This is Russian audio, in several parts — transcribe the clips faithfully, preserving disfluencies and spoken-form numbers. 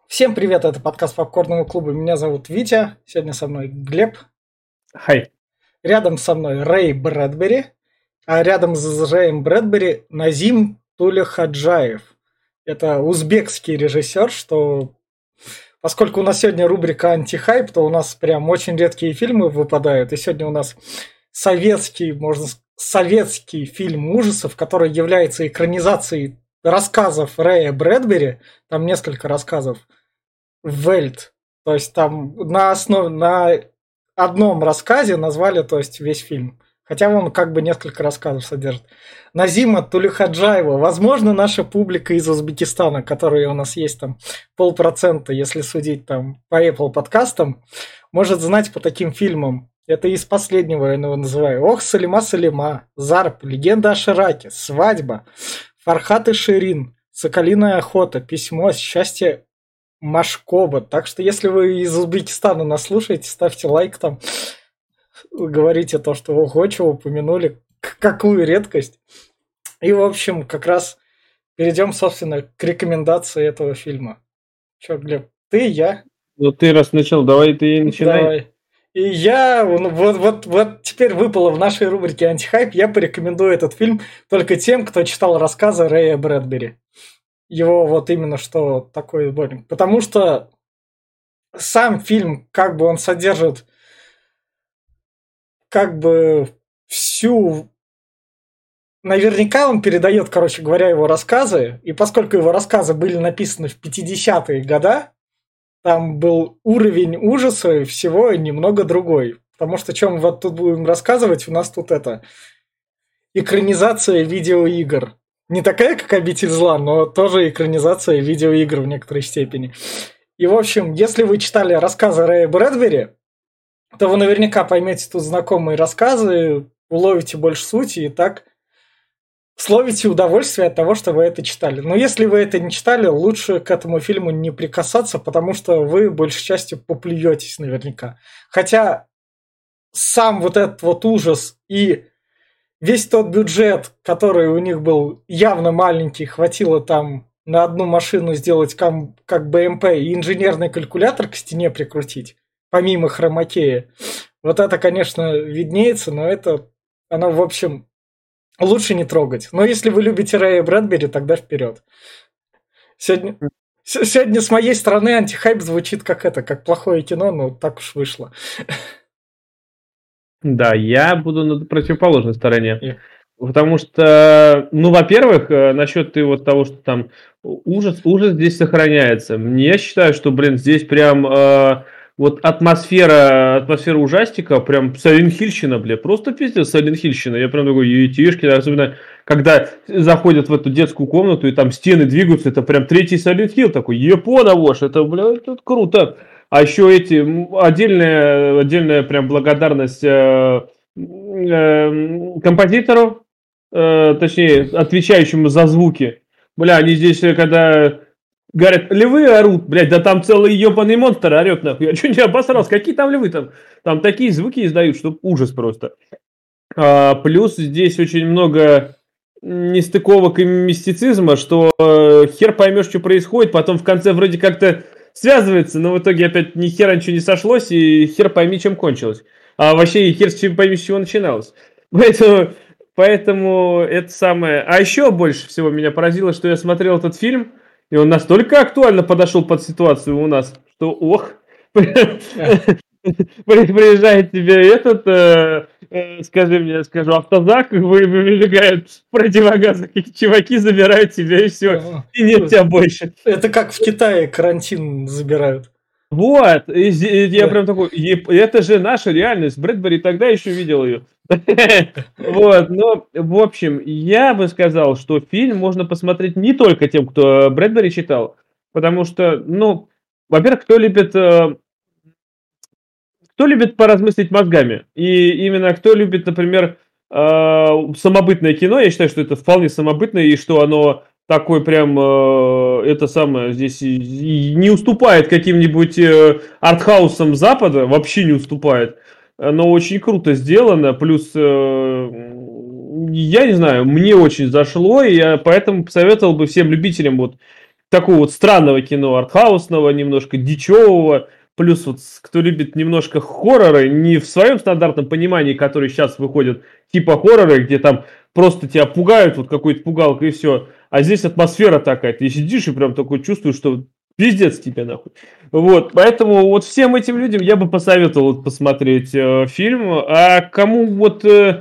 Всем привет, это подкаст Попкорного клуба. Меня зовут Витя, сегодня со мной Глеб. Хай. Рядом со мной Рэй Брэдбери, а рядом с Рэем Брэдбери Назим Тулехаджаев. Это узбекский режиссер, что поскольку у нас сегодня рубрика антихайп, то у нас прям очень редкие фильмы выпадают. И сегодня у нас советский, можно сказать, советский фильм ужасов, который является экранизацией рассказов Рэя Брэдбери. Там несколько рассказов. Вельт. То есть там на основе, на одном рассказе назвали, то есть, весь фильм. Хотя он как бы несколько рассказов содержит. Назима Тулехаджаева. Возможно, наша публика из Узбекистана, которая у нас есть там полпроцента, если судить там по Apple подкастам, может знать по таким фильмам. Это из последнего я его называю. Ох, Салима Салима, Зарп, Легенда о Шираке, Свадьба, Фархат и Ширин, Соколиная охота, Письмо, Счастье Машкоба. Так что, если вы из Узбекистана нас слушаете, ставьте лайк там, говорите то, что ого, чего упомянули, какую редкость. И, в общем, как раз перейдем, собственно, к рекомендации этого фильма. Че, Глеб, ты, я? Ну ты раз начал, давай ты и начинай. Давай. И я, ну, вот, вот, вот теперь выпало в нашей рубрике «Антихайп», я порекомендую этот фильм только тем, кто читал рассказы Рэя Брэдбери. Его вот именно что такой сборник. Потому что сам фильм, как бы он содержит как бы всю... Наверняка он передает, короче говоря, его рассказы. И поскольку его рассказы были написаны в пятидесятые годы, там был уровень ужаса и всего немного другой. Потому что, чем мы вот тут будем рассказывать, у нас тут это... экранизация видеоигр. Не такая, как «Обитель зла», но тоже экранизация видеоигр в некоторой степени. И, в общем, если вы читали рассказы Рэя Брэдбери, то вы наверняка поймете тут знакомые рассказы, уловите больше сути и так словите удовольствие от того, что вы это читали. Но если вы это не читали, лучше к этому фильму не прикасаться, потому что вы большей частью поплюетесь наверняка. Хотя сам вот этот вот ужас и весь тот бюджет, который у них был явно маленький, хватило там на одну машину сделать кам- как бэ эм пэ и инженерный калькулятор к стене прикрутить, помимо хромакея. Вот это, конечно, виднеется, но это, оно, в общем, лучше не трогать. Но если вы любите Рэя Брэдбери, тогда вперед. Сегодня, сегодня с моей стороны антихайп звучит как это, как плохое кино, но так уж вышло. Да, я буду на противоположной стороне. Yeah. Потому что, ну, во-первых, насчет ты вот того, что там ужас, ужас здесь сохраняется. Я считаю, что, блин, здесь прям э, вот атмосфера, атмосфера ужастика, прям Сайлент-Хильщина, бля, просто пиздец Сайлент-Хильщина. Я прям такой, етишки, особенно когда заходят в эту детскую комнату и там стены двигаются, это прям третий Сайлент-Хилл такой, епона вошь, это, бля, это круто. А еще эти, отдельная, отдельная прям благодарность э, э, композитору, э, точнее, отвечающему за звуки. Бля, они здесь, когда говорят, львы орут, блядь, да там целый ебаный монстр орет, нахуй. Я что не обосрался, какие там львы там? Там такие звуки издают, что ужас просто. А, плюс здесь очень много нестыковок и мистицизма, что э, хер поймешь, что происходит, потом в конце вроде как-то связывается, но в итоге опять ни хера ничего не сошлось, и хер пойми, чем кончилось. А вообще и хер пойми, с чего начиналось. Поэтому, поэтому это самое... А еще больше всего меня поразило, что я смотрел этот фильм, и он настолько актуально подошел под ситуацию у нас, что ох... Приезжает тебе этот, э, э, скажи мне, скажу, автозак, выбегают в противогазах, и чуваки забирают тебя, и все, ага. И нет тебя больше. Это как в Китае карантин забирают. Вот, и, и я да. Прям такой, это же наша реальность, Брэдбери тогда еще видел ее. Вот, но, в общем, я бы сказал, что фильм можно посмотреть не только тем, кто Брэдбери читал, потому что, ну, во-первых, кто любит... Кто любит поразмыслить мозгами? И именно кто любит, например, э, самобытное кино, я считаю, что это вполне самобытное, и что оно такое прям, э, это самое, здесь и не уступает каким-нибудь э, артхаусам Запада, вообще не уступает. Оно очень круто сделано, плюс, э, я не знаю, мне очень зашло, и я поэтому посоветовал бы всем любителям вот такого вот странного кино, артхаусного, немножко дичевого. Плюс вот кто любит немножко хорроры, не в своем стандартном понимании, который сейчас выходит, типа хорроры, где там просто тебя пугают, вот какой-то пугалкой и все. А здесь атмосфера такая, ты сидишь и прям такой чувствуешь, что пиздец тебе нахуй. Вот, поэтому вот всем этим людям я бы посоветовал вот посмотреть э, фильм. А кому вот... Э,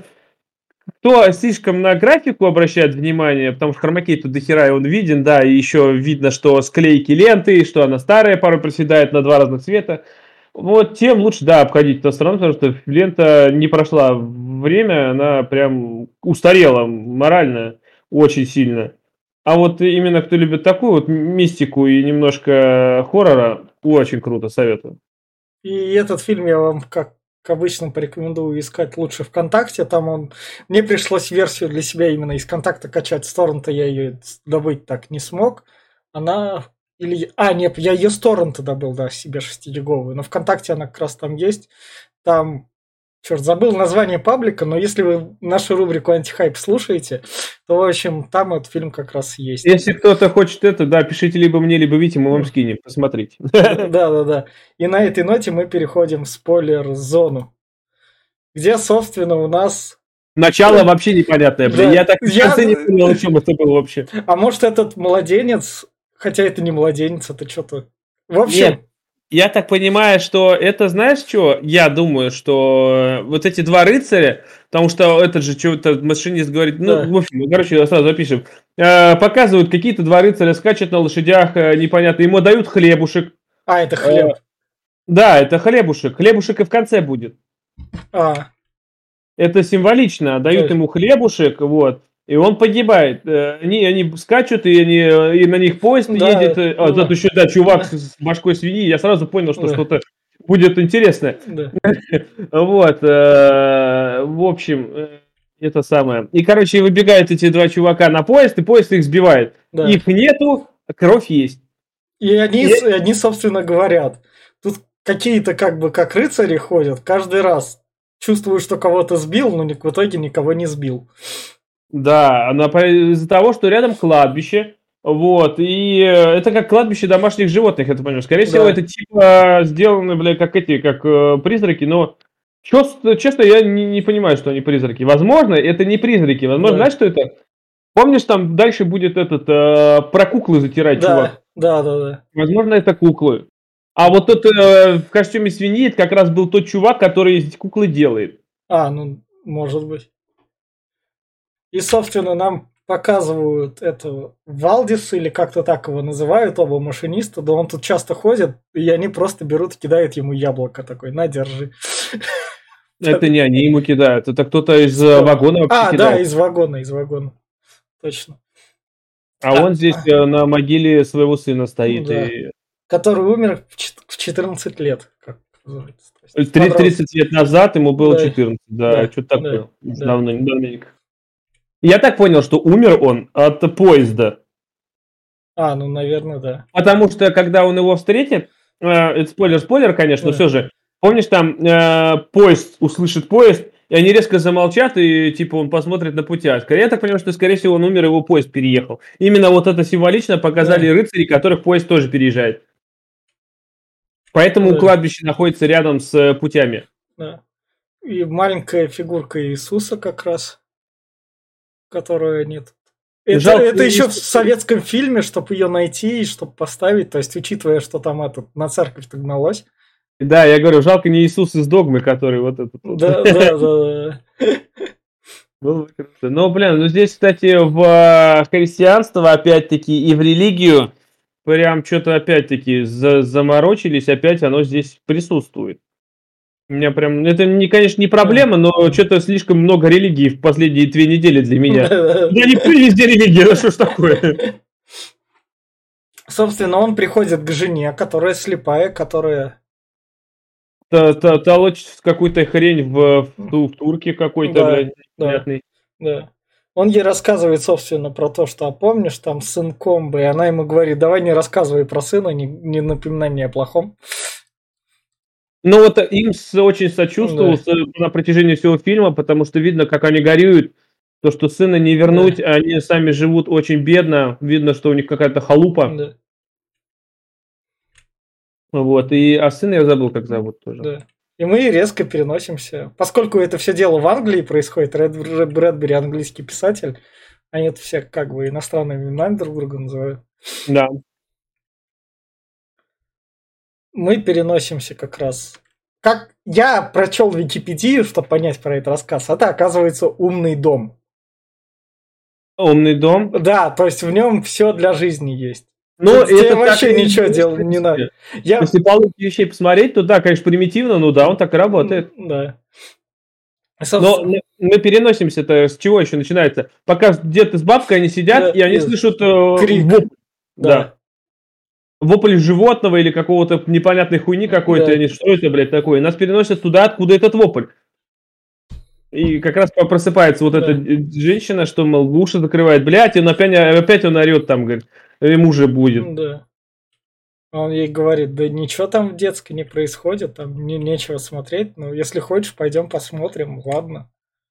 кто слишком на графику обращает внимание, потому что хромакей тут дохера, и он виден, да, и еще видно, что склейки ленты, что она старая, порой проседает на два разных цвета. Вот тем лучше, да, обходить эту сторону, потому что лента не прошла время, она прям устарела морально очень сильно. А вот именно кто любит такую вот мистику и немножко хоррора, очень круто, советую. И этот фильм я вам, как обычно, порекомендую искать лучше ВКонтакте. Там он... Мне пришлось версию для себя именно из КонТакта качать. С торрента я ее добыть так не смог. Она... Или... А, нет, я ее с торрента добыл, да, себе шестигиговую. Но ВКонтакте она как раз там есть. Там... Черт, забыл название паблика, но если вы нашу рубрику «Антихайп» слушаете, то, в общем, там этот фильм как раз есть. Если кто-то хочет это, да, пишите либо мне, либо Вите, мы вам скинем, посмотрите. Да-да-да. И на этой ноте мы переходим в спойлер-зону, где, собственно, у нас... Начало вообще непонятное, блин. Да, Я так в я- конце не понял, о чем это было вообще. А может, этот младенец, хотя это не младенец, это что-то... В общем, Нет, я так понимаю, что это, знаешь, что? Я думаю, что вот эти два рыцаря, потому что этот же что-то машинист говорит, ну, Да. в общем, ну, короче, сразу запишем. Э, показывают, какие-то два рыцаря скачут на лошадях, э, непонятно, ему дают хлебушек. а, это хлеб. Да, это хлебушек. Хлебушек и в конце будет. А, Это символично. Дают Да. ему хлебушек, вот. И он погибает. Э, Они, они скачут, и, они, э, и на них поезд Да, едет. э, А, да. тут еще, да, чувак с башкой свиньи. Я сразу понял, что Да. что-то будет интересное. да. Вот. э, В общем, э, это самое. И, короче, выбегают эти два чувака на поезд, и поезд их сбивает. Да. Их нету, кровь есть. И они, И- с- они, собственно, говорят, тут какие-то как бы как рыцари ходят, каждый раз чувствую, что кого-то сбил, но ни- в итоге никого не сбил. Да, она по- из-за того, что рядом кладбище, вот, и э, это как кладбище домашних животных, это понимаешь. Скорее Да. всего, это типа сделано, бля, как эти, как э, призраки, но чё- честно, я не, не понимаю, что они призраки. Возможно, это не призраки, возможно, Да. знаешь, что это? Помнишь, там дальше будет этот, э, про куклы затирать, чувак? Да, да, да, да. Возможно, это куклы. А вот тот э, в костюме свиньи, это как раз был тот чувак, который эти куклы делает. А, ну, может быть. И, собственно, нам показывают этого Валдиса, или как-то так его называют, оба машиниста, да он тут часто ходит, и они просто берут и кидают ему яблоко такой, на, держи. Это не они ему кидают, это кто-то из э, вагона вообще А, да, кидает. из вагона, из вагона. Точно. А А, он здесь э, на могиле своего сына стоит. Да. И Который умер в чет- в четырнадцать лет. Как называется? То есть три- подросток. тридцать лет назад ему было Да. четырнадцать, да, Да, что-то да, такое. да. Давно, давненько. Я так понял, что умер он от поезда. А, ну, наверное, да. Потому что, когда он его встретит, э, это спойлер-спойлер, конечно, но Да. все же, помнишь, там э, поезд услышит поезд, и они резко замолчат, и типа он посмотрит на путях. Скорее, я так понимаю, что, скорее всего, он умер, его поезд переехал. Именно вот это символично показали Да. рыцари, которых поезд тоже переезжает. Поэтому Да. кладбище находится рядом с э, путями. Да. И маленькая фигурка Иисуса как раз, которая нет. Это, Жалко, это еще в Иисус- советском фильме, чтобы ее найти и чтобы поставить, то есть учитывая, что там этот на церковь-то гналось. Да, я говорю, жалко не Иисус из догмы, который вот этот. вот. Да, да, да, да. Было бы круто. Но, блин, ну здесь, кстати, в э, христианство, опять-таки, и в религию, прям что-то, опять-таки, за- заморочились, опять оно здесь присутствует. У меня прям, это, не, конечно, не проблема, но что-то слишком много религий в последние две недели для меня. Да не везде религия, ну что ж такое? Собственно, он приходит к жене, которая слепая, которая... Та- та- Толочь какую-то хрень в, в, ту- в турке какой-то, Да, блядь, да. непонятный. Да. Он ей рассказывает, собственно, про то, что, а помнишь, там сын Комбо, и она ему говорит, давай не рассказывай про сына, не, не напоминай мне о плохом. Ну вот им с- очень сочувствовал Да. с- на протяжении всего фильма, потому что видно, как они горюют, То, что сына не вернуть, да. Они сами живут очень бедно, видно, что у них какая-то халупа. Да. Вот, и, а сына я забыл, как зовут тоже. Да. И мы резко переносимся. Поскольку это все дело в Англии происходит, Ред Брэдбери английский писатель, они это все как бы иностранными именами друг друга называют. Да. Мы переносимся как раз. Как я прочел Википедию, чтобы понять про этот рассказ, это оказывается умный дом. Умный дом? Да, то есть в нем все для жизни есть. Ну, это вообще ничего делать не надо. Я... Если по логике вещей посмотреть, то да, конечно, примитивно, но да, он так и работает. Да. Но мы, мы переносимся-то с чего еще начинается? Пока дед с бабкой они сидят, да, и они слышат крик. Вопль. Да. да. Вопль животного или какого-то непонятной хуйни какой-то. Да. Они, что это, блядь, такое? Нас переносят туда, откуда этот вопль. И как раз просыпается вот да. эта женщина, что, мол, уши закрывает, блядь, и он опять, опять он орет там, говорит, ему же будет. Да. Он ей говорит, да ничего там в детской не происходит, там не, нечего смотреть, ну, если хочешь, пойдем посмотрим, ладно.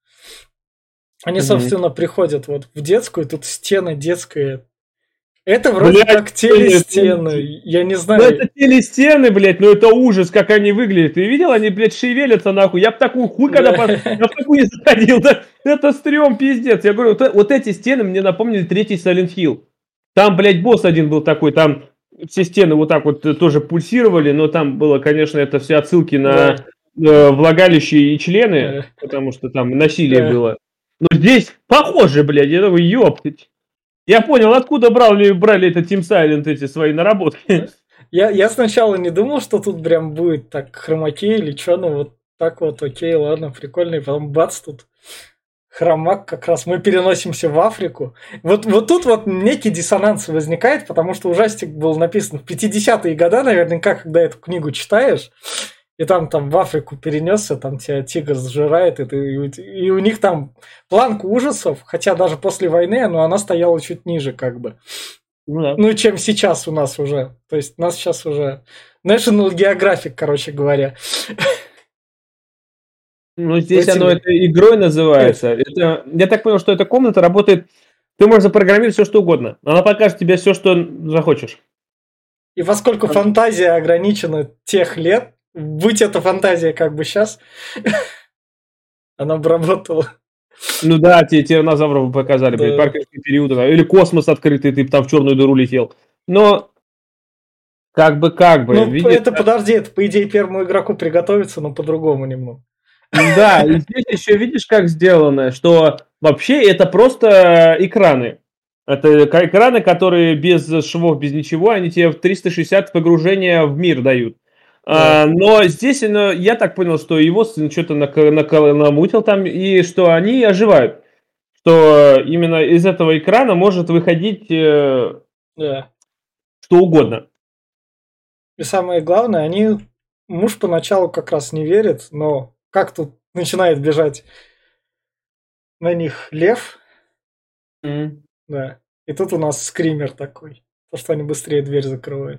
Они, mm-hmm. собственно, приходят вот в детскую, тут стены детские. Это вроде блядь, как телестены, я не знаю. Ну это телестены, блядь, ну это ужас, как они выглядят. Ты видел, они, блядь, шевелятся нахуй. Я б такую хуй, когда да. я в такую не заходил. Да? Это стрём, пиздец. Я говорю, вот, вот эти стены мне напомнили третий Silent Hill. Там, блядь, босс один был такой, там все стены вот так вот тоже пульсировали, но там было, конечно, это все отсылки на да. э, влагалище и члены, да. потому что там насилие да. было. Но здесь похоже, блядь, я такой, ёптать. Я понял, откуда брали, брали это Team Silent эти свои наработки. Я, я сначала не думал, что тут прям будет так хромакей или что, ну вот так вот, окей, ладно, прикольно, и потом бац, тут хромак как раз, мы переносимся в Африку. Вот, вот тут вот некий диссонанс возникает, потому что ужастик был написан в пятидесятые годы, наверняка, когда эту книгу читаешь, и там, там в Африку перенесся, там тебя тигр сжирает, и, ты, и у них там планка ужасов, хотя даже после войны, но она стояла чуть ниже, как бы. Ну, да. Ну, чем сейчас у нас уже. То есть у нас сейчас уже National Geographic, короче говоря. Ну, здесь оно это игрой называется. Это, я так понял, что эта комната работает... Ты можешь запрограммировать все, что угодно. Она покажет тебе все, что захочешь. И поскольку фантазия ограничена тех лет, будь это фантазия как бы сейчас, она бы работала. Ну да, тебе тираннозавров показали, да. Парковский период, или космос открытый, ты там в черную дыру летел. Но как бы, как бы. Ну, видишь, это, да? Подожди, это, по идее, первому игроку приготовиться, но по-другому немного. Да, и здесь еще видишь, как сделано, что вообще это просто экраны. Это экраны, которые без швов, без ничего, они тебе в триста шестьдесят погружения в мир дают. Да. А, но здесь, ну, я так понял, что его сын что-то намутил там, и что они оживают. Что именно из этого экрана может выходить э, да. что угодно. И самое главное, они... Муж поначалу как раз не верит, но как тут начинает бежать на них лев. Mm. Да. И тут у нас скример такой. То, что они быстрее дверь закрывают.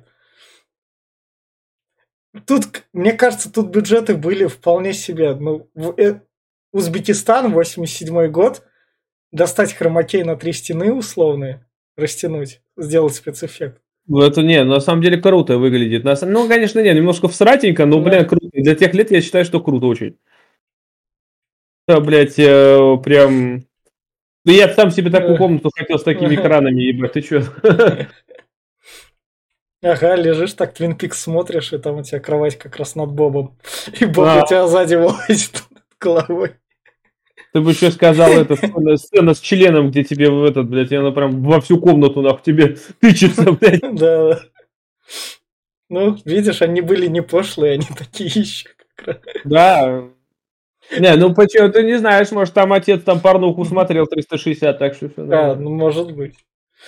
Тут, мне кажется, тут бюджеты были вполне себе. Ну, в, э, Узбекистан, восемьдесят седьмой год, достать хромакей на три стены условные, растянуть, сделать спецэффект. Ну, это не, на самом деле круто выглядит. Ну, конечно, не, немножко всратенько, но, да. блин, круто. Для тех лет я считаю, что круто очень. Да, блядь, э, прям... Да я сам себе такую комнату хотел с такими экранами, ебать, ты чё? Ага, лежишь так, Твин Пикс смотришь, и там у тебя кровать как раз над Бобом. И Боб а. у тебя сзади вылазит над головой. Ты бы еще сказал, это сцена, сцена с членом, где тебе в этот, блядь, она прям во всю комнату, нахуй, тебе тычется, блядь. Да. Ну, видишь, они были не пошлые, они такие еще. Да. Не, ну почему, ты не знаешь, может, там отец там порнуху смотрел триста шестьдесят, так что все нормально. А, ну может быть.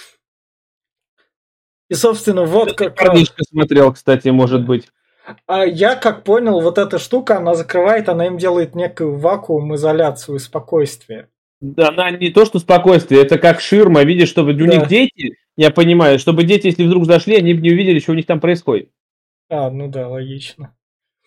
И, собственно, вот как... Парнишка смотрел, кстати, может быть. А я как понял, вот эта штука, она закрывает, она им делает некую вакуум, изоляцию, спокойствие. Да, она не то, что спокойствие, это как ширма, видишь, чтобы у да. них дети, я понимаю, чтобы дети, если вдруг зашли, они бы не увидели, что у них там происходит. А, ну да, логично.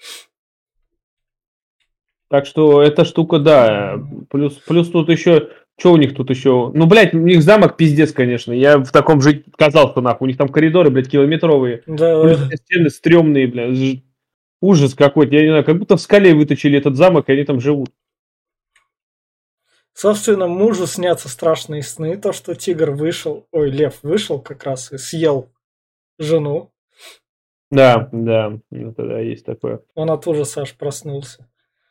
Так что эта штука, да, плюс, плюс тут еще Что у них тут еще? Ну, блядь, у них замок пиздец, конечно. Я в таком жить отказался, нахуй. У них там коридоры, блядь, километровые. Да. Плюс стены стрёмные, блядь. Ужас какой-то. Я не знаю, как будто в скале выточили этот замок, и они там живут. Собственно, мужу снятся страшные сны. То, что тигр вышел, ой, лев вышел как раз и съел жену. Да, да, это да, есть такое. Он от ужаса аж проснулся.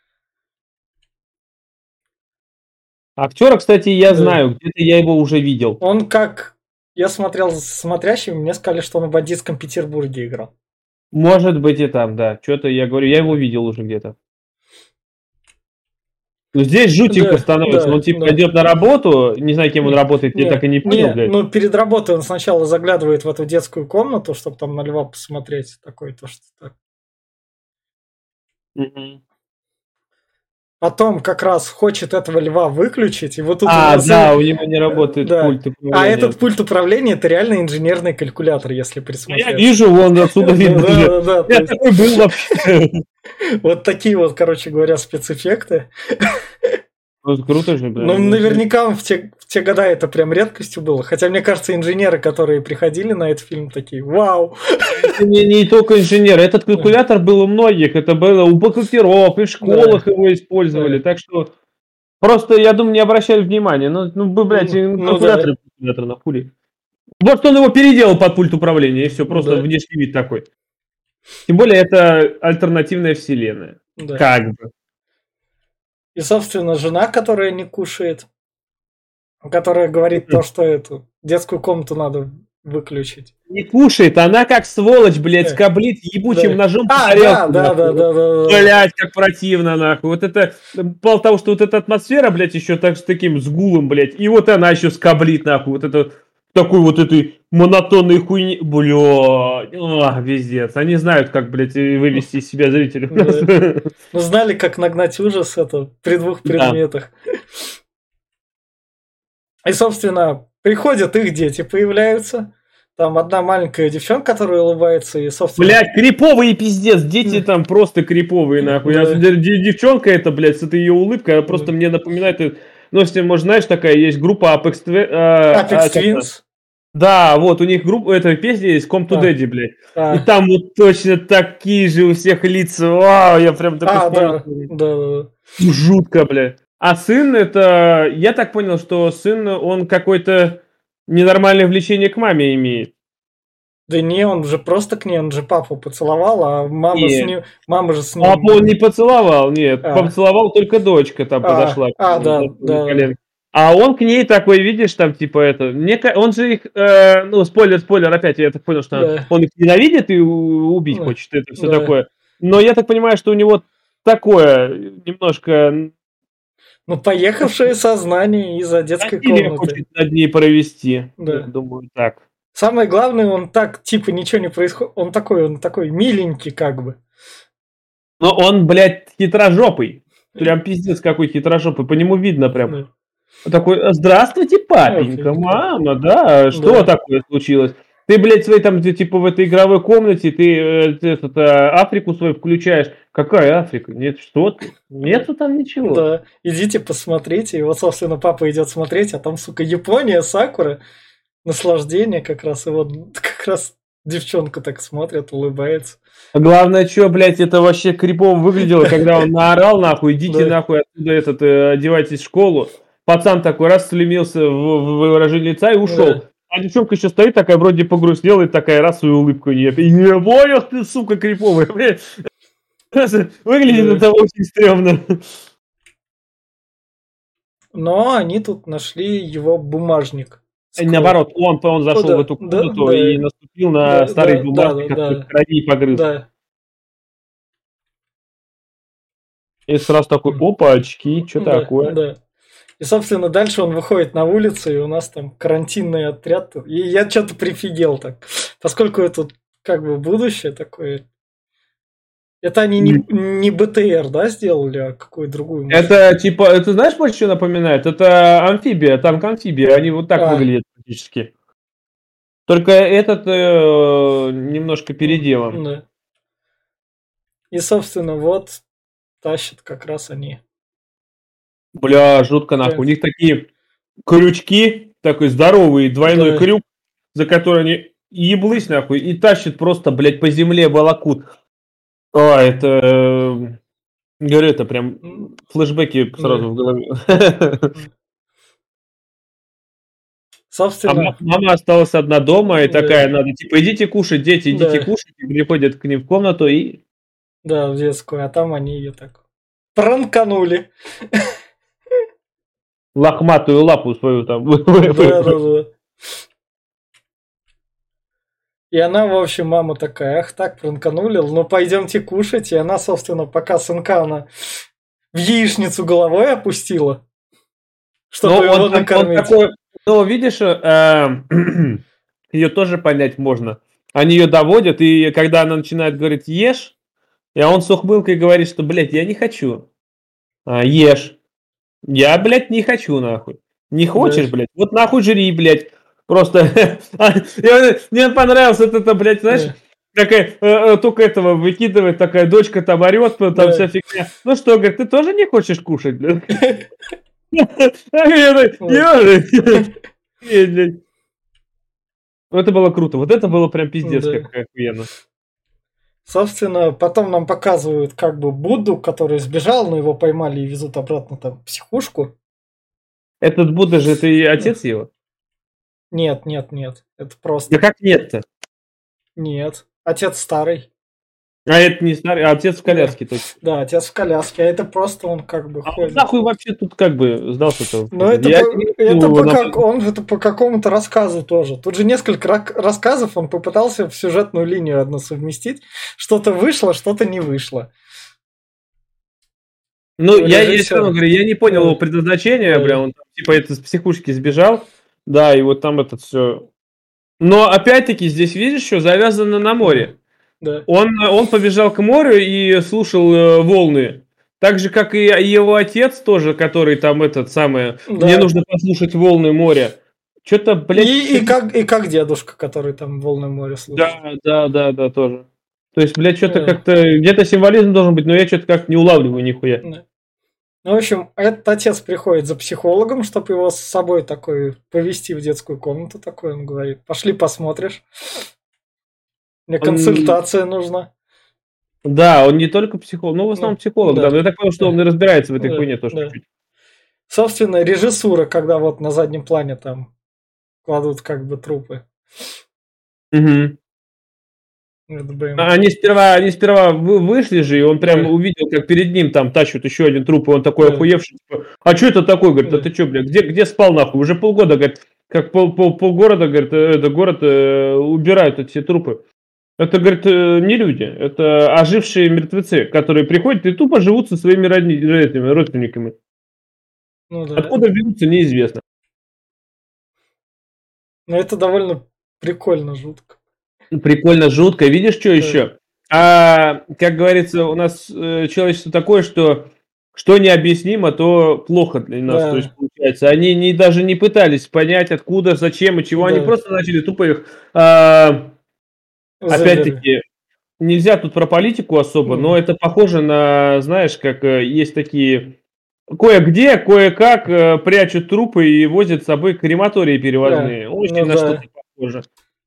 Актера, кстати, я Да. знаю, где-то я его уже видел. Он как... Я смотрел с смотрящими, мне сказали, что он в бандитском Петербурге играл. Может быть и там, да. Что-то я говорю, я его видел уже где-то. Ну, здесь жутенько Да, становится. да, Он типа да. идет на работу, не знаю, кем он работает, я Не, так и не понял, не, блядь. ну перед работой он сначала заглядывает в эту детскую комнату, чтобы там на льва посмотреть. Такой то, что так. Мгм. Потом как раз хочет этого льва выключить, и вот тут А, у нас да, и- у него не работает да. пульт А управления. этот пульт управления это реально инженерный калькулятор, если Ну, присмотреться. я вижу, вон отсюда видно. Да, же. да, да, то Я есть такой был вообще. вот такие вот, короче говоря, спецэффекты. Ну, это круто же, блядь. Ну, наверняка в те, в те года это прям редкостью было. Хотя, мне кажется, инженеры, которые приходили на этот фильм, такие, вау! Это не, не только инженер. Этот калькулятор был у многих. Это было у бухгалтеров, и в школах Да. его использовали. Да. Так что просто, я думаю, не обращали внимания. Ну, ну бы, блядь, Ну, ну калькулятор, калькулятор на пуле. Вот он его переделал под пульт управления, и все, просто Да. внешний вид такой. Тем более, это альтернативная вселенная. Да. Как бы. И, собственно, жена, которая не кушает, которая говорит то, что эту детскую комнату надо выключить. Не кушает, она как сволочь, блядь, Да. скоблит ебучим Да. ножом по А, да, тарелке, да, нахуй. да, да, да, да. Блядь, как противно, нахуй. Вот это, мало того, что вот эта атмосфера, блядь, еще так с таким сгулом, блядь, и вот она еще скоблит, нахуй, вот это, такой вот этой монотонной хуйни, блядь, а, пиздец. Они знают, как, блядь, вывести из себя зрителя. Да. Ну, знали, как нагнать ужас это при двух Да. предметах. И, собственно, приходят их дети, появляются. Там одна маленькая девчонка, которая улыбается, и, собственно... Блядь, криповые пиздец, дети там просто криповые, нахуй. Я- Да. д- д- девчонка эта, блядь, с этой ее улыбкой, она просто Да. мне напоминает, э, ну, если, может, знаешь, такая есть группа Apex Twi- э, а, Apex как-то- Twins. Да, вот, у них группа, эта песня есть, Come to А. Daddy, блядь. А, И там вот точно такие же у всех лица. Вау, я прям такой а, да, вспомнил. да, да, да. Жутко, блядь. А сын это... Я так понял, что сын, он какое-то ненормальное влечение к маме имеет. Да не, он же просто к ней, он же папу поцеловал, а мама Не. с ним, мама же с ним. Папу он не поцеловал, нет. А. Поцеловал только дочка там А, подошла. к а, нему, да, на да. колено. А он к ней такой, видишь, там типа это... Мне, ка- он же их... э, ну, спойлер, спойлер, опять я так понял, что Да. он их ненавидит и у- убить Да. хочет, это все Да. такое. Но я так понимаю, что у него такое немножко... Ну, поехавшее сознание из-за детской насилие комнаты. хочет над ней провести. Да. Я думаю, так. Самое главное, он так, типа, ничего не происходит. Он такой, он такой миленький, как бы. Но он, блядь, хитрожопый. Прям пиздец какой хитрожопый. По нему видно прям. Да. Он такой, здравствуйте, папенька, Папенька. мама, да, что Да. такое случилось? Ты, блядь, своей там, ты, типа, в этой игровой комнате, ты, э, ты этот, э, Африку свою включаешь. Какая Африка? Нет, что ты? Нету там ничего. Да, идите посмотрите. И вот, собственно, папа идет смотреть, а там, сука, Япония, Сакура. Наслаждение как раз. И вот как раз девчонка так смотрит, улыбается. А главное, что, блядь, это вообще крипово выглядело, когда он наорал, нахуй, идите Да. нахуй отсюда, этот, э, одевайтесь в школу. Пацан такой раз слемился в, в выражение лица и ушел. Да. А девчонка еще стоит такая, вроде погрустнела, и такая раз свою улыбку не Не понял ты, сука, криповая, блядь. Выглядит Да. это очень стрёмно. Но они тут нашли его бумажник. с И кровью. наоборот, он, он зашел да, в эту да, комнату да. и наступил на Да, старый да, бумажник, да, который да. в крови погрыз. Да. И сразу такой, опа, очки, что Да, такое? да. И, собственно, дальше он выходит на улицу, и у нас там карантинный отряд. И я что-то прифигел так. Поскольку это как бы будущее такое. Это они не, не бэ тэ эр, да, сделали, а какую другую машину? Это типа, это знаешь, больше что напоминает? Это амфибия, танк-амфибия, они вот так А. выглядят практически. Только этот э, немножко переделан. Да. И, собственно, вот тащат как раз они. Бля, жутко нахуй. Да. У них такие крючки, такой здоровый двойной Да. крюк, за который они еблысь нахуй и тащат просто, блядь, по земле волокут. А, это... э, Говорю, это прям М, флешбеки Да. сразу в голове. М. А Собственно, ма- мама осталась одна дома и да, такая, надо, типа, идите кушать, дети, идите да, кушать. И приходят к ним в комнату и да, в детскую, а там они ее так пранканули. лохматую лапу свою там. Да, да, да. И она, в общем, мама такая, ах так, пранканули, ну пойдемте кушать. И она, собственно, пока сынка она в яичницу головой опустила, чтобы Ну, его он, он накормить. такой, ну, видишь, ее тоже понять можно. Они ее доводят, и когда она начинает говорить «ешь», и он с ухмылкой говорит, что, блядь, я не хочу. А, ешь. Я, блядь, не хочу, нахуй. Не Да. хочешь, блядь? Вот нахуй жри, блядь. Просто... И он- Мне понравилось вот это, блядь, знаешь, Да. такая, э, э, только этого выкидывает, такая дочка там орет, там Да. вся фигня. Ну что, говорит, ты тоже не хочешь кушать, блядь? А я так, Вот. «Ё-моё». Охуеть, блядь. Ну, это было круто. Вот это было прям пиздец, Да. как охуенно. Собственно, потом нам показывают как бы Будду, который сбежал, но его поймали и везут обратно там в психушку. Этот Будда же, это и отец его? Нет, нет, нет. Это Да просто... как нет-то? Нет. Отец старый. А это не старый, а отец в коляске точно. Да, отец в коляске. А это просто он как бы А он ходит. нахуй вообще тут как бы сдался-то? Но это, Я по, не это, его по, на- как, он, это по какому-то рассказу тоже. Тут же несколько рак- рассказов он попытался в сюжетную линию одну совместить. Что-то вышло, что-то не вышло. Ну, у я, я режиссера. всё равно говорю, я не понял Да. его предназначения, Да. бля, он там, типа это с психушки сбежал, да, и вот там это все. Но опять-таки здесь видишь, что завязано на море. Да. Он, он побежал к морю и слушал э, волны. Так же, как и его отец тоже, который там этот самый... Да. Мне нужно послушать волны моря. Что-то, блядь... И, и, как, и как дедушка, который там волны моря слушал. Да, да, да, да, тоже. То есть, блядь, что-то Да. как-то... Где-то символизм должен быть, но я что-то как не улавливаю нихуя. Да. Ну, в общем, этот отец приходит за психологом, чтобы его с собой такой повести в детскую комнату. Такой он говорит, пошли посмотришь. Мне Он- консультация нужна. Да, он не только психолог, ну, в основном Ну, психолог, да. да, но я так понял, что Да. он и разбирается в этой Да, хуйне тоже да. чуть-чуть. Собственно, режиссура, когда вот на заднем плане там кладут как бы трупы. Мгм. Это, блин, А Они сперва, они сперва вы- вышли же, и он прям Да. увидел, как перед ним там тащут еще один труп, и он такой Да. охуевший, типа, а что это такое? Говорит, а Да. ты что, бля, где, где спал нахуй? Уже полгода, говорит, как пол, пол, полгорода, говорит, э, это город э, убирают эти все трупы. Это, говорит, э, не люди, это ожившие мертвецы, которые приходят и тупо живут со своими родни- этими родственниками. ну да. Откуда берутся, неизвестно. Но это довольно прикольно, жутко. Прикольно, жутко. Видишь, что еще? А, как говорится, у нас э, человечество такое, что что необъяснимо, то плохо для нас. Да. То есть, получается, они не, даже не пытались понять, откуда, зачем и чего. Они Да. просто начали тупо их... а, Зелень. опять-таки, нельзя тут про политику особо, Мгм. но это похоже на, знаешь, как э, есть такие... Кое-где, кое-как э, прячут трупы и возят с собой крематории перевозные. Да, Очень ну на да. что-то похоже.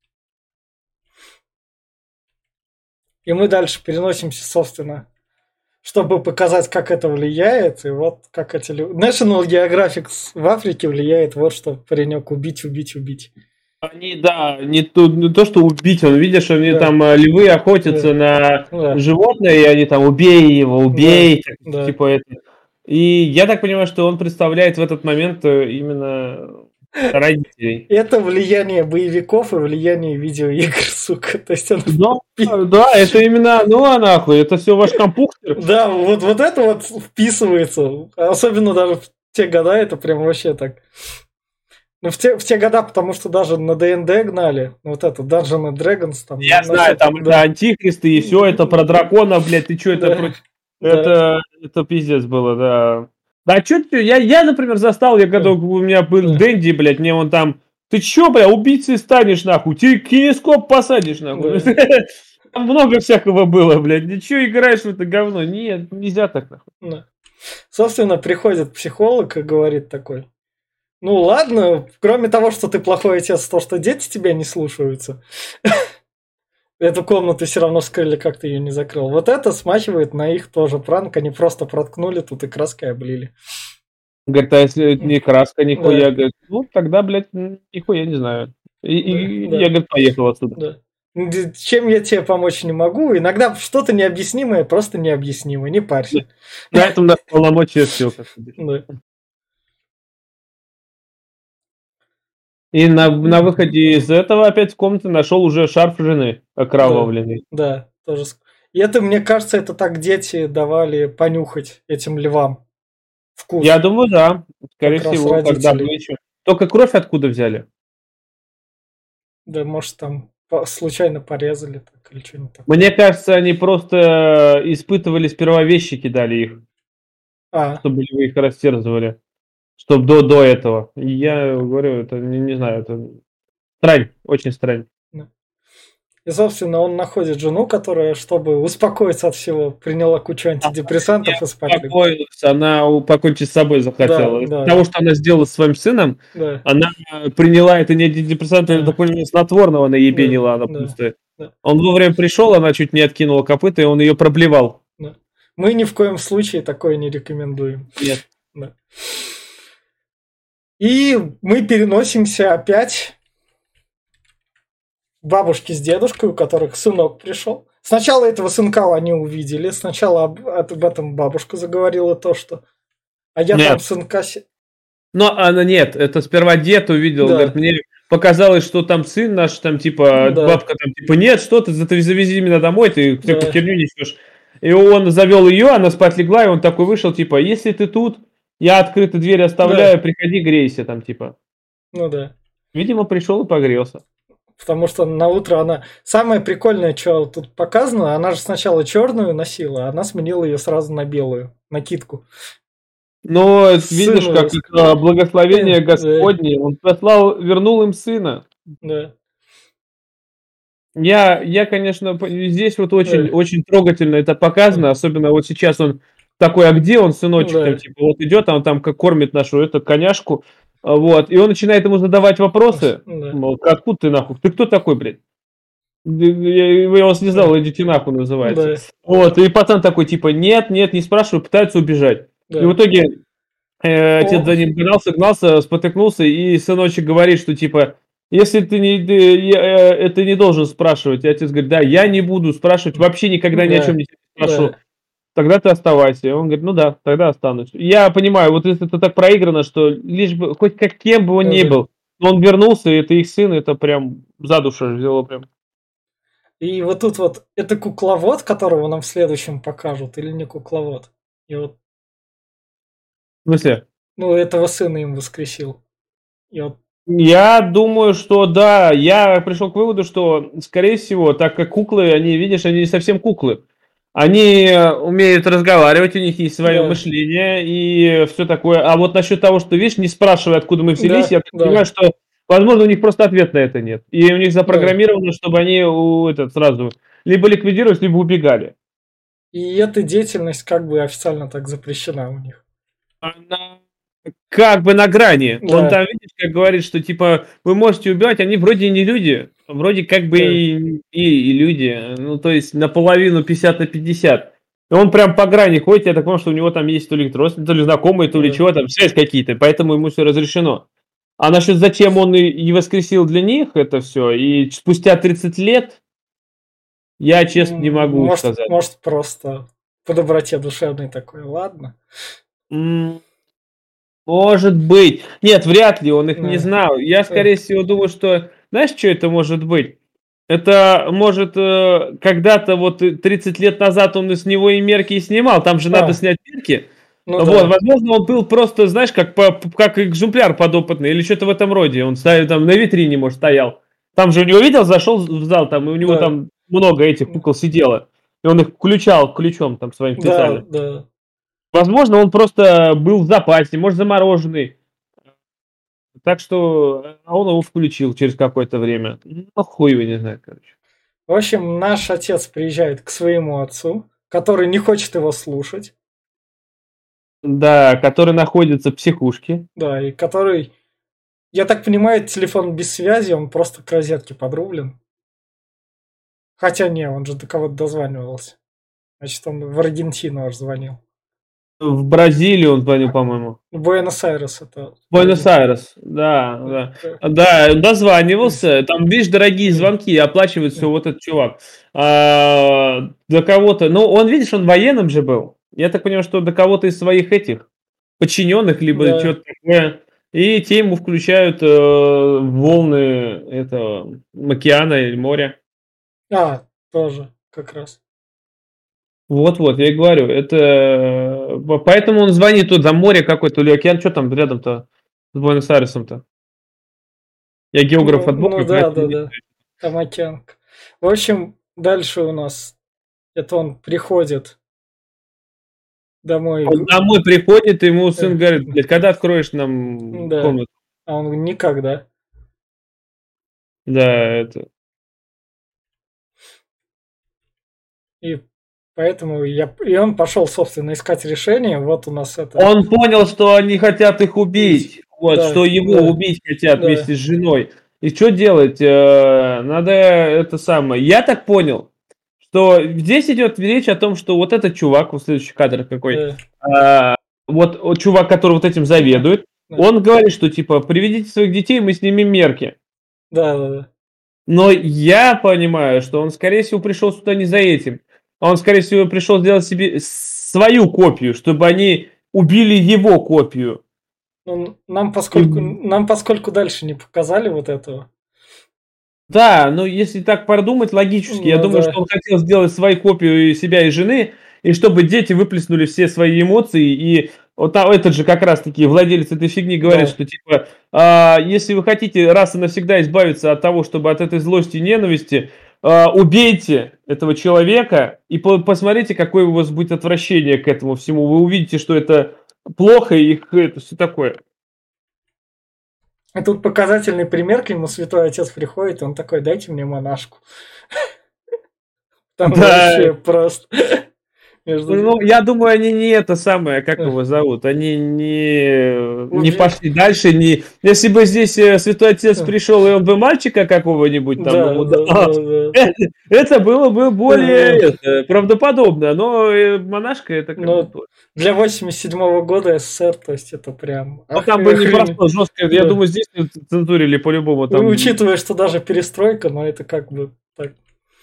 И мы дальше переносимся, собственно, чтобы показать, как это влияет. И вот как эти люди... National Geographic в Африке влияет вот что, паренек, убить, убить, убить. Они, да, не то, не то, что убить, он видишь, они Да. там э, львы охотятся Да. на Да. животное, и они там убей его, убей, так, Да. типа это. И я так понимаю, что он представляет в этот момент э, именно родителей. Это влияние боевиков и влияние видеоигр, сука. То есть он... Да, да, это именно оно, нахуй, это все ваш компьютер. Да, вот, вот это вот вписывается. Особенно даже в те года это прям вообще так. Ну, в те, в те года, потому что даже на ди энд ди гнали, вот это, Dungeons and Dragons там. Я на знаю, всяких, там это да. антихристы и все, это про дракона, блядь, ты что, это Да. против... Да. Это, это пиздец было, да. Да, что ты, я, я, например, застал, я когда у меня был Да. Дэнди, блядь, мне он там, ты чё, бля, убийцей станешь, нахуй, ты кинескоп посадишь, нахуй. Там много всякого было, блядь, ничего играешь в это говно, нет, нельзя так, нахуй. Да. Собственно, приходит психолог и говорит такой, Ну ладно, кроме того, что ты плохой отец, то, что дети тебя не слушаются. Эту комнату все равно скрыли, как ты ее не закрыл. Вот это смахивает на их тоже пранк. Они просто проткнули тут и краской облили. Говорит, а если не краска, нихуя, Да. говорит, ну тогда, блядь, нихуя не знаю. И, и Да, я, да. говорит, поехал отсюда. Да. Д- Чем я тебе помочь не могу? Иногда что-то необъяснимое, просто необъяснимо. Не парься. На этом наши полномочия все. Да. И на, на выходе из этого опять в комнате нашел уже шарф жены окровавленный. Да, тоже. ск- И это, мне кажется, это так дети давали понюхать этим львам вкус. Я думаю, да. Скорее Как раз всего, когда родители. бы еще. Только кровь откуда взяли? Да, может, там по- случайно порезали так, или что-нибудь такое. Мне кажется, они просто испытывали сперва вещи, кидали их, А, чтобы вы их растерзывали. Чтобы до, до этого. И я говорю, это не, не знаю, это странь, очень странь. да. И, собственно, он находит жену, которая, чтобы успокоиться от всего, приняла кучу антидепрессантов и спать легла. Успокоилась, она у- покончить с собой захотела. Да, Из да. того, что она сделала с своим сыном, Да, она приняла это не антидепрессант, Да. это такое снотворного наебенила, она Да, просто. да. Он вовремя пришел, она чуть не откинула копыта, и он ее проблевал. да. Мы ни в коем случае такое не рекомендуем. Нет. Да. И мы переносимся опять к бабушке с дедушкой, у которых сынок пришел. Сначала этого сынка они увидели, сначала об, об этом бабушка заговорила то, что... А я Нет. там сынка... се- Но она нет, это сперва дед увидел, Да. говорит, мне показалось, что там сын наш, там типа, Да. бабка там типа, нет, что ты, за- ты завези меня домой, ты всякую Да. херню несешь. И он завел ее, она спать легла, и он такой вышел, типа, если ты тут, я открытые двери оставляю, приходи, грейся там, типа. Ну да. Видимо, пришел и погрелся. Потому что на утро она... Самое прикольное, что тут показано, она же сначала черную носила, а она сменила ее сразу на белую, накидку. Но видишь, Сыну как ск- это благословение Да. Господне, он послал, вернул им сына. Да. Я, я, конечно, по- здесь вот очень, Да. очень трогательно это показано, особенно вот сейчас он такой, а где он, сыночек, Да. там, типа, вот идет, а он там как кормит нашу эту коняшку, а, вот, и он начинает ему задавать вопросы, Да. мол, откуда ты нахуй, ты кто такой, блядь? Я, я вас не знал, идите нахуй называется. Да. Вот, и пацан такой, типа, нет, нет, не спрашивай, пытаются убежать. Да. И в итоге э, отец О. за ним гнался, гнался, спотыкнулся, и сыночек говорит, что типа, если ты не, ты, я, э, это не должен спрашивать. И отец говорит, да, я не буду спрашивать, вообще никогда ни о Да. чем не спрошу. Да. Тогда ты оставайся. И он говорит, ну да, тогда останусь. Я понимаю, вот если это так проиграно, что лишь бы, хоть каким бы он Ну ни да. был, но он вернулся, и это их сын, это прям за душу взяло прям. И вот тут вот, это кукловод, которого нам в следующем покажут, или не кукловод? И вот, В смысле? ну, этого сына им воскресил. И вот, Я думаю, что да, я пришел к выводу, что, скорее всего, так как куклы, они, видишь, они не совсем куклы. Они э, умеют разговаривать, у них есть свое Да. мышление и все такое. А вот насчет того, что, видишь, не спрашивай, откуда мы взялись, Да, я так да. понимаю, что, возможно, у них просто ответ на это нет. И у них запрограммировано, чтобы они у, этот, сразу либо ликвидировались, либо убегали. и эта деятельность как бы официально так запрещена у них. Она как бы на грани. Да. Он там, видишь, как говорит, что типа вы можете убивать, они вроде не люди, вроде как бы Да. и, и, и люди. Ну, то есть наполовину пятьдесят на пятьдесят. И он прям по грани ходит, я так понимаю, что у него там есть то ли родственники, то ли знакомые, то ли Да. чего, там связь какие-то, поэтому ему все разрешено. А насчет зачем он и, и воскресил для них это все, и спустя тридцать лет, я честно не могу может, сказать. Может, просто по доброте душевной такой, ладно. М, Может быть. Нет, вряд ли, он их не Да. знал. Я, скорее всего, думаю, что... Знаешь, что это может быть? Это может э, когда-то, вот э, тридцать лет назад он из него и мерки и снимал. Там же А. надо снять мерки. Ну Вот, да. возможно, он был просто, знаешь, как, по- как экземпляр подопытный или что-то в этом роде. Он стоял там на витрине, может, стоял. Там же у него, видел, зашел в зал, там, и у него Да. там много этих кукол сидело. И он их включал ключом там своим Да, специально. да. Возможно, он просто был в запасе, может, замороженный. Так что а он его включил через какое-то время. Ну, хуй его не знает, короче. В общем, наш отец приезжает к своему отцу, который не хочет его слушать, Да, который находится в психушке. да, и который Я так понимаю, телефон без связи, он просто к розетке подрублен. Хотя не, он же до кого-то дозванивался. Значит, он в Аргентину аж звонил. В Бразилию он звонил, по-моему. Буэнос-Айрес это. Буэнос-Айрес, да, да. Да, он дозванивался. Там, видишь, дорогие звонки, оплачивает все вот этот чувак. А, до кого-то. Ну, он, видишь, он военным же был. Я так понимаю, что до кого-то из своих этих подчиненных, либо Да. что-то такое. И те ему включают э, волны этого океана или моря. А, тоже, как раз. Вот-вот, я и говорю, это э, поэтому он звонит тут за море какой-то или океан, что там рядом-то с Буэнос-Айресом-то? Я географ Ну, от бога, ну да, поэтому да, не да. Там океан. В общем, дальше у нас это он приходит домой. Он домой приходит, и ему сын Э, говорит: блядь, когда откроешь нам Да. комнату? А он говорит, никогда. Да, это. И поэтому я... И он пошел, собственно, искать решение. Вот у нас это... Он понял, что они хотят их убить, вот, Да, что его да, убить хотят да. вместе с женой. И что делать? Э, Надо это самое. Я так понял, что здесь идет речь о том, что вот этот чувак, вот следующий кадр какой, Да. а, вот, вот чувак, который вот этим заведует, Да. он говорит, что типа приведите своих детей, мы снимем мерки. Да, да, да. Но я понимаю, что он, скорее всего, пришел сюда не за этим. Он, скорее всего, пришел сделать себе свою копию, чтобы они убили его копию. Ну, нам поскольку, И- нам поскольку дальше не показали вот этого. Да, но если так подумать логически, я Ну думаю, да. что он хотел сделать свою копию и себя и жены, и чтобы дети выплеснули все свои эмоции, и вот там этот же как раз-таки владелец этой фигни говорит, Да. что типа, а, если вы хотите раз и навсегда избавиться от того, чтобы от этой злости и ненависти, а, убейте этого человека и по- посмотрите, какое у вас будет отвращение к этому всему. Вы увидите, что это плохо и это все такое. И тут показательный пример, к нему святой отец приходит, и он такой, дайте мне монашку. Там Да. вообще просто... Между... Ну, я думаю, они не это самое, как Эх. его зовут, они не, не Уби- пошли дальше, не... Если бы здесь э, Святой Отец Эх. пришел, и он бы мальчика какого-нибудь там Да, ему да, дал, да, да. это, это было бы более Эх. это, правдоподобно, но э, монашка это как Но бы... то. для восемьдесят седьмого года СССР, то есть это прям... Ну, ох- там бы не охренеть. прошло жестко, я Да. думаю, здесь цензурили по-любому. Там... Учитывая, что даже перестройка, но это как бы так.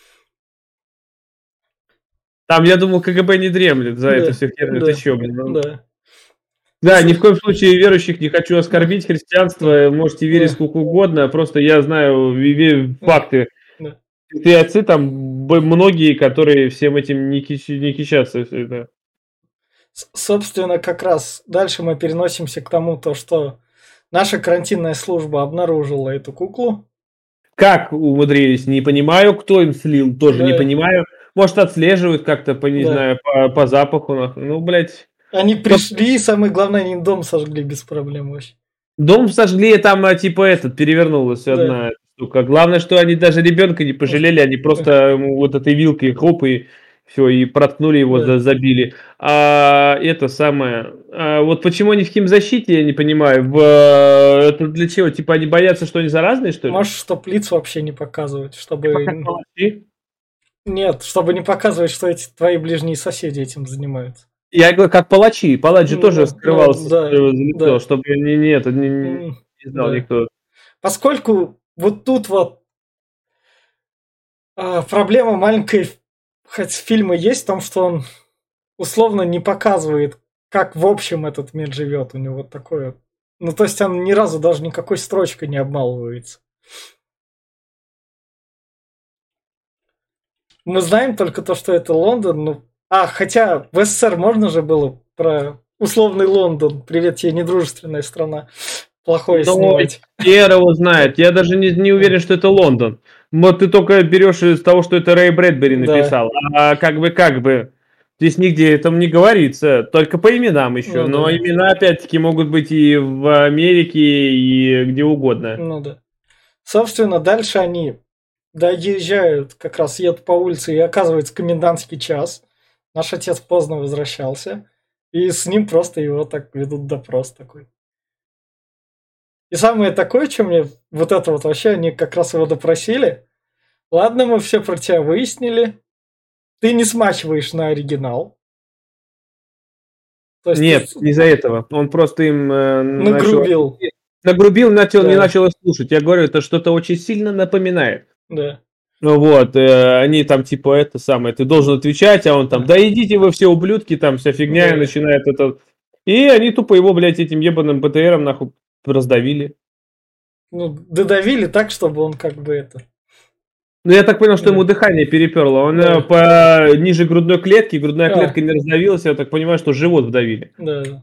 Там, я думаю, КГБ не дремлет за Да, это все херню. да, Ты чё, блин? ну? Да. Да, ни в коем случае верующих не хочу оскорбить. Христианство можете верить Да. сколько угодно. Просто я знаю ви- ви- факты. Да. Ты отцы там б- многие, которые всем этим не, кич- не кичатся. Это. С- Собственно, как раз дальше мы переносимся к тому, то, что наша карантинная служба обнаружила эту куклу. Как умудрились, не понимаю, кто им слил, тоже не Да. понимаю. Может, отслеживают как-то, по, не Да. знаю, по, по запаху. нахуй. Ну, блядь. Они пришли, и самое главное, они дом сожгли без проблем вообще. Дом сожгли, там, а, типа, этот, перевернулась Да. одна штука. Главное, что они даже ребенка не пожалели, они просто ему вот этой вилкой хоп, и все, и проткнули его, Да. за- забили. А это самое... а вот почему они в химзащите, я не понимаю. В, э, это для чего? Типа, они боятся, что они заразные, что ли? Может, чтоб лиц вообще не показывать, чтобы... Типа, как палачи? Нет, чтобы не показывать, что эти твои ближние соседи этим занимаются. Я говорю, как палачи. Палач же Ну, тоже да, скрывался да, с- за лицо, да. чтобы не, не, это, не, не М, знал да. никто. Поскольку вот тут вот а, проблема маленькой, хоть фильма есть в том, что он условно не показывает, как в общем этот мир живет. У него вот такое. Ну, то есть он ни разу даже никакой строчкой не обмалывается. Мы знаем только то, что это Лондон. Ну, а, хотя в СССР можно же было про условный Лондон. Привет, тебе недружественная страна. Плохое Ну, снимать. хер его знает. Я даже не, не уверен, что это Лондон. Вот ты только берешь из того, что это Рэй Брэдбери Да. написал. А как бы, как бы, здесь нигде этом не говорится. Только по именам еще. Ну Но да. имена, опять-таки, могут быть и в Америке, и где угодно. Ну да. Собственно, дальше они доезжают, как раз едут по улице, и оказывается комендантский час. Наш отец поздно возвращался. И с ним просто его так ведут допрос такой. И самое такое, что мне вот это вот вообще, они как раз его допросили. Ладно, мы все про тебя выяснили. Ты не смачиваешь на оригинал. То есть Нет, ты... не из-за этого. Он просто им э, нагрубил. Начал... Нагрубил, начал, да. не начал слушать. Я говорю, это что-то очень сильно напоминает. Да. Ну вот, э, они там типа это самое, ты должен отвечать, а он там, да идите вы все ублюдки, там вся фигня, да. и начинает это. И они тупо его, блядь, этим ебаным БТРом нахуй раздавили. Ну, додавили так, чтобы он как бы это... Ну, я так понял, что да. ему дыхание переперло. Он да. по ниже грудной клетки, грудная да. клетка не раздавилась, я так понимаю, что живот вдавили. Да.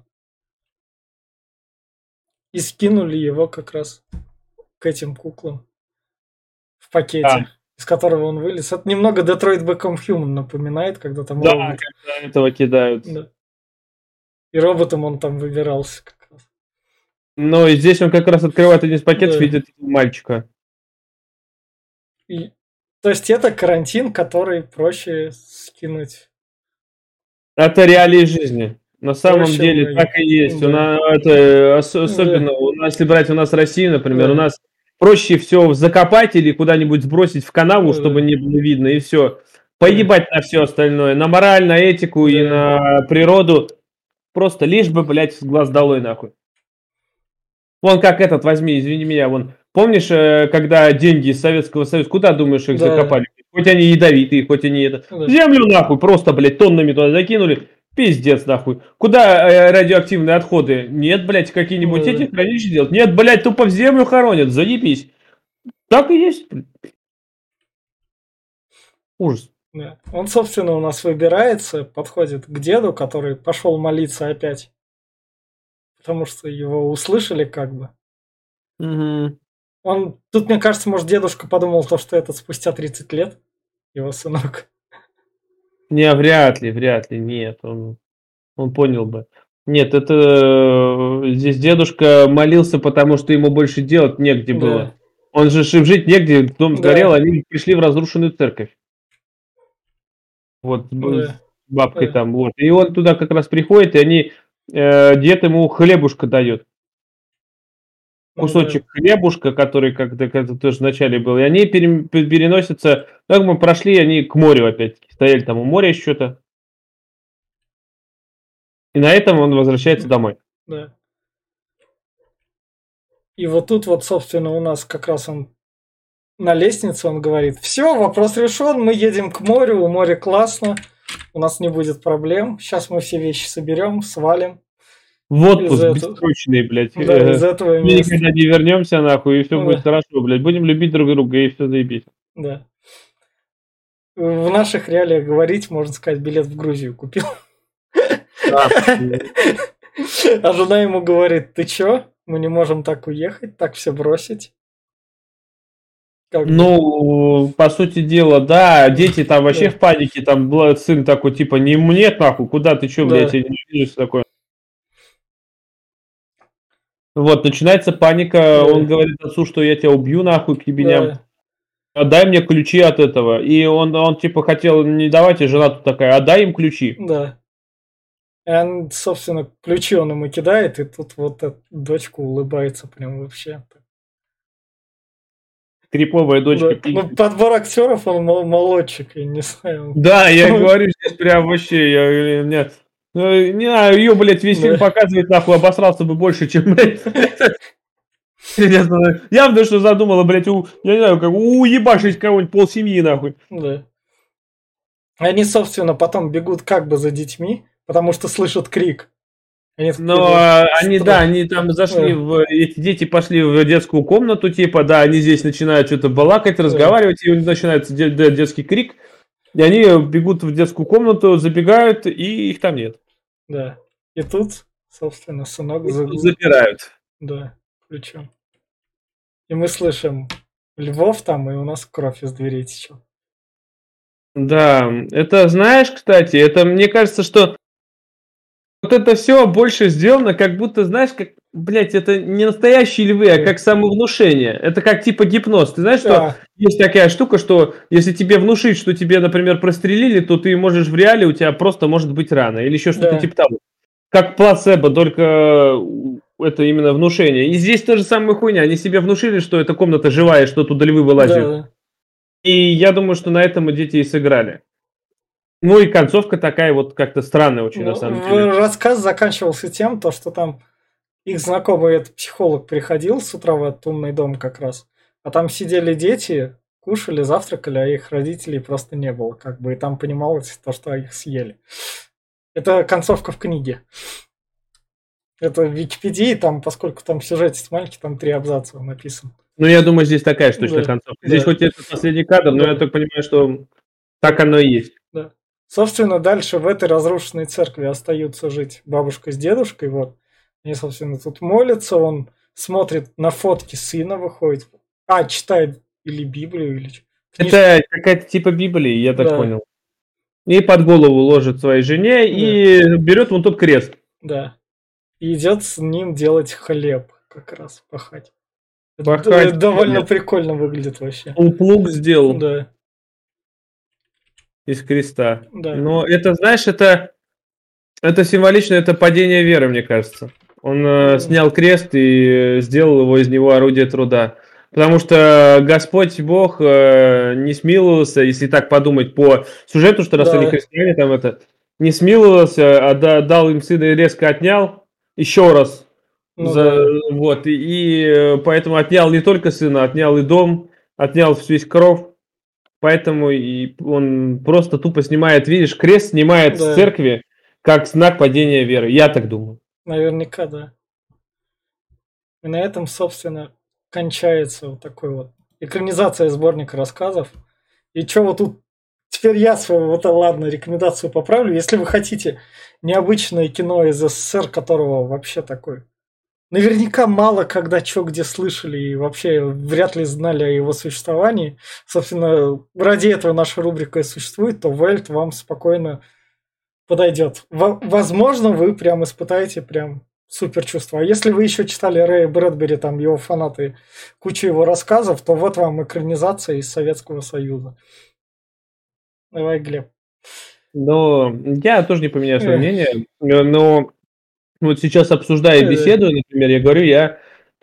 И скинули его как раз к этим куклам в пакете, а. из которого он вылез. Это немного Detroit Become Human напоминает, когда там да, робот... когда этого кидают. Да. И роботом он там выбирался как раз. Ну, и здесь он как раз открывает один из пакетов, да. видит мальчика. И... То есть это карантин, который проще скинуть. Это реалии жизни. На самом проще деле мы... так и есть. Да. У нас, это, особенно, да. у нас, если брать у нас Россию, например, да. у нас проще все закопать или куда-нибудь сбросить в канаву, да. чтобы не было видно, и все. Поебать да. на все остальное. На мораль, на этику да. и на природу. Просто лишь бы, блядь, с глаз долой нахуй. Вон как этот, возьми, извини меня, вон. Помнишь, когда деньги из Советского Союза, куда, думаешь, их да. закопали? Хоть они ядовитые, хоть они это... Да. Землю нахуй просто, блядь, тоннами туда закинули. Пиздец, нахуй. Куда радиоактивные отходы? Нет, блядь, какие-нибудь да. эти хранилища делать? Нет, блядь, тупо в землю хоронят, заебись. Так и есть. Ужас. Да. Он, собственно, у нас выбирается, подходит к деду, который пошел молиться опять. Потому что его услышали как бы. Угу. Он, тут, мне кажется, может, дедушка подумал, то, что это спустя тридцать лет, его сынок. Не, вряд ли, вряд ли, нет, он, он понял бы. Нет, это здесь дедушка молился, потому что ему больше делать негде да. было. Он же жить негде, дом сгорел, да. они пришли в разрушенную церковь. Вот, да. с бабкой да. там, вот. И он туда как раз приходит, и они, э, дед ему хлебушка дает. Кусочек да. хлебушка, который как-то, как-то тоже в начале был, и они пере, переносятся, как мы прошли, они к морю опять-таки, стояли там у моря что-то, и на этом он возвращается домой. Да. И вот тут вот, собственно, у нас как раз он на лестнице, он говорит, все, вопрос решен, мы едем к морю, у моря классно, у нас не будет проблем, сейчас мы все вещи соберем, свалим. В отпуск бессрочный, блядь. Да, из этого мы никогда не вернемся, нахуй, и все да. будет хорошо, блядь. Будем любить друг друга, и все заебись. Да. В наших реалиях говорить, можно сказать, билет в Грузию купил. А, а жена ему говорит, ты чё? Мы не можем так уехать, так все бросить. Как ну, бы? По сути дела, да, дети там вообще да. в панике, там сын такой, типа, не мне нахуй, куда ты чё, да. блядь, я не вижу, такое. Вот, начинается паника, да. он говорит отцу, что я тебя убью нахуй к ебеням. Да. Отдай мне ключи от этого. И он, он типа хотел не давать, и жена тут такая, отдай им ключи. Да. И он, собственно, ключи он ему кидает, и тут вот эта дочка улыбается прям вообще. Криповая дочка. Да. Ну, подбор актеров, он молодчик, я не знаю. Да, я говорю, здесь прям вообще, я, у меня... Не знаю, ее, блядь, весь фильм показывает, нахуй, обосрался бы больше, чем, блядь. Явно, что задумала, блядь, у, я не знаю, как уебашить кого-нибудь полсемьи, нахуй. Да. Они, собственно, потом бегут как бы за детьми, потому что слышат крик. Они Но такие, они, да, они там зашли, в, эти дети пошли в детскую комнату, типа, да, они здесь начинают что-то балакать, разговаривать, и начинается детский крик. И они бегут в детскую комнату, забегают, и их там нет. Да. И тут, собственно, сынок и тут забирают. Да, ключом. И мы слышим Львов там, и у нас кровь из дверей течет. Да, это, знаешь, кстати, это, мне кажется, что вот это все больше сделано, как будто, знаешь, как, блядь, это не настоящие львы, а как самовнушение. Это как типа гипноз. Ты знаешь, да. что есть такая штука, что если тебе внушить, что тебе, например, прострелили, то ты можешь в реале, у тебя просто может быть рана или еще что-то да. типа того. Как плацебо, только это именно внушение. И здесь та же самая хуйня. Они себе внушили, что эта комната живая, что туда львы вылазят. Да. И я думаю, что на этом дети и сыграли. Ну и концовка такая вот как-то странная очень, Ну, на самом деле. рассказ заканчивался тем, то, что там их знакомый этот психолог приходил с утра в этот умный дом как раз, а там сидели дети, кушали, завтракали, а их родителей просто не было, как бы, и там понималось то, что их съели. Это концовка в книге. Это в Википедии, там, поскольку там сюжет маленький, там три абзаца написан. Ну, я думаю, здесь такая же точно Да, концовка. Здесь да. хоть это последний кадр, но Да. я так понимаю, что так оно и есть. Да. Собственно, дальше в этой разрушенной церкви остаются жить бабушка с дедушкой, вот. Они, собственно, тут молятся, он смотрит на фотки сына, выходит. А, читает или Библию, или... книжку. Это какая-то типа Библии, я так Да. понял. И под голову ложит своей жене, и берет вон тот крест. Да. И идет с ним делать хлеб, как раз, пахать. Пахать Это довольно хлеб. прикольно выглядит вообще. Он плуг сделал Да. из креста. Да. Но это, знаешь, это, это символично, это падение веры, мне кажется. Он э, Мгм. снял крест и сделал его из него орудие труда. Потому что Господь Бог э, не смиловался, если так подумать по сюжету, что раз Да. они христиане, там это, не смиловался, а да- дал им сына и резко отнял еще раз. Ну За- да. Вот, и, и, э, поэтому отнял не только сына, отнял и дом, отнял весь кров. Поэтому и он просто тупо снимает, видишь, крест снимает Да. с церкви как знак падения веры. Я так думаю. Наверняка, да. И на этом, собственно, кончается вот такой вот экранизация сборника рассказов. И что вот тут... Теперь я свою, вот ладно, рекомендацию поправлю. Если вы хотите необычное кино из СССР, которого вообще такой... Наверняка мало когда что где слышали и вообще вряд ли знали о его существовании. Собственно, ради этого наша рубрика и существует, то Вельт вам спокойно подойдет. Во- возможно, вы прям испытаете прям супер чувство. А если вы еще читали Рэя Брэдбери, там его фанаты, кучу его рассказов, то вот вам экранизация из Советского Союза. Давай, Глеб. Но я тоже не поменяю свое Эх. мнение. Э, Но вот сейчас обсуждая Э. беседу, например, я говорю, я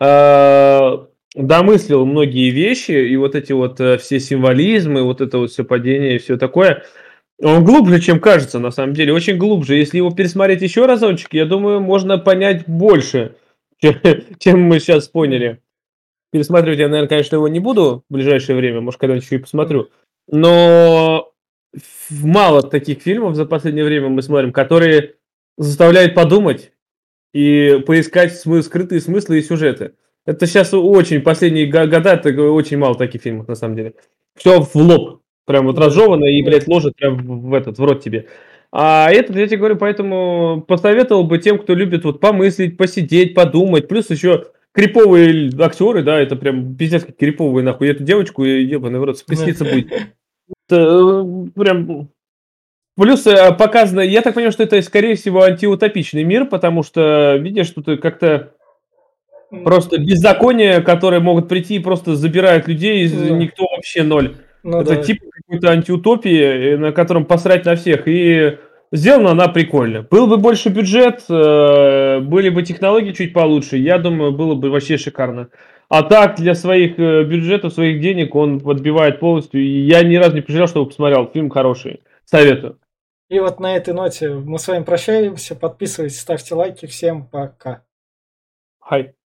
э, домыслил многие вещи, и вот эти вот э, все символизмы, вот это вот все падение и все такое, он глубже, чем кажется, на самом деле, очень глубже. Если его пересмотреть еще разочек, я думаю, можно понять больше, чем, чем мы сейчас поняли. Пересматривать я, наверное, конечно, его не буду в ближайшее время, может, когда-нибудь еще и посмотрю. Но ф- мало таких фильмов за последнее время мы смотрим, которые заставляют подумать и поискать смы- скрытые смыслы и сюжеты. Это сейчас очень, последние го- года, это очень мало таких фильмов, на самом деле. Все в лоб, прям вот Да. разжевано и, Да. блядь, ложит прям в в этот, в рот тебе. А этот, я тебе говорю, поэтому посоветовал бы тем, кто любит вот помыслить, посидеть, подумать, плюс еще криповые актеры, да, это прям пиздец как криповые, нахуй. Эту девочку, ебаный в рот, спасница будет. Это, э, прям... Плюс э, показано, я так понимаю, что это, скорее всего, антиутопичный мир, потому что, видишь, тут как-то просто беззаконие, которые могут прийти и просто забирают людей, из- Да. никто вообще ноль. Ну Это да. типа какой-то антиутопии, э, на котором посрать на всех. И сделана она прикольно. Был бы больше бюджет, э, были бы технологии чуть получше, я думаю, было бы вообще шикарно. А так, для своих э, бюджетов, своих денег он подбивает полностью. И я ни разу не пожалел, что посмотрел. Фильм хороший. Советую. И вот на этой ноте мы с вами прощаемся. Подписывайтесь, ставьте лайки. Всем пока. Хай.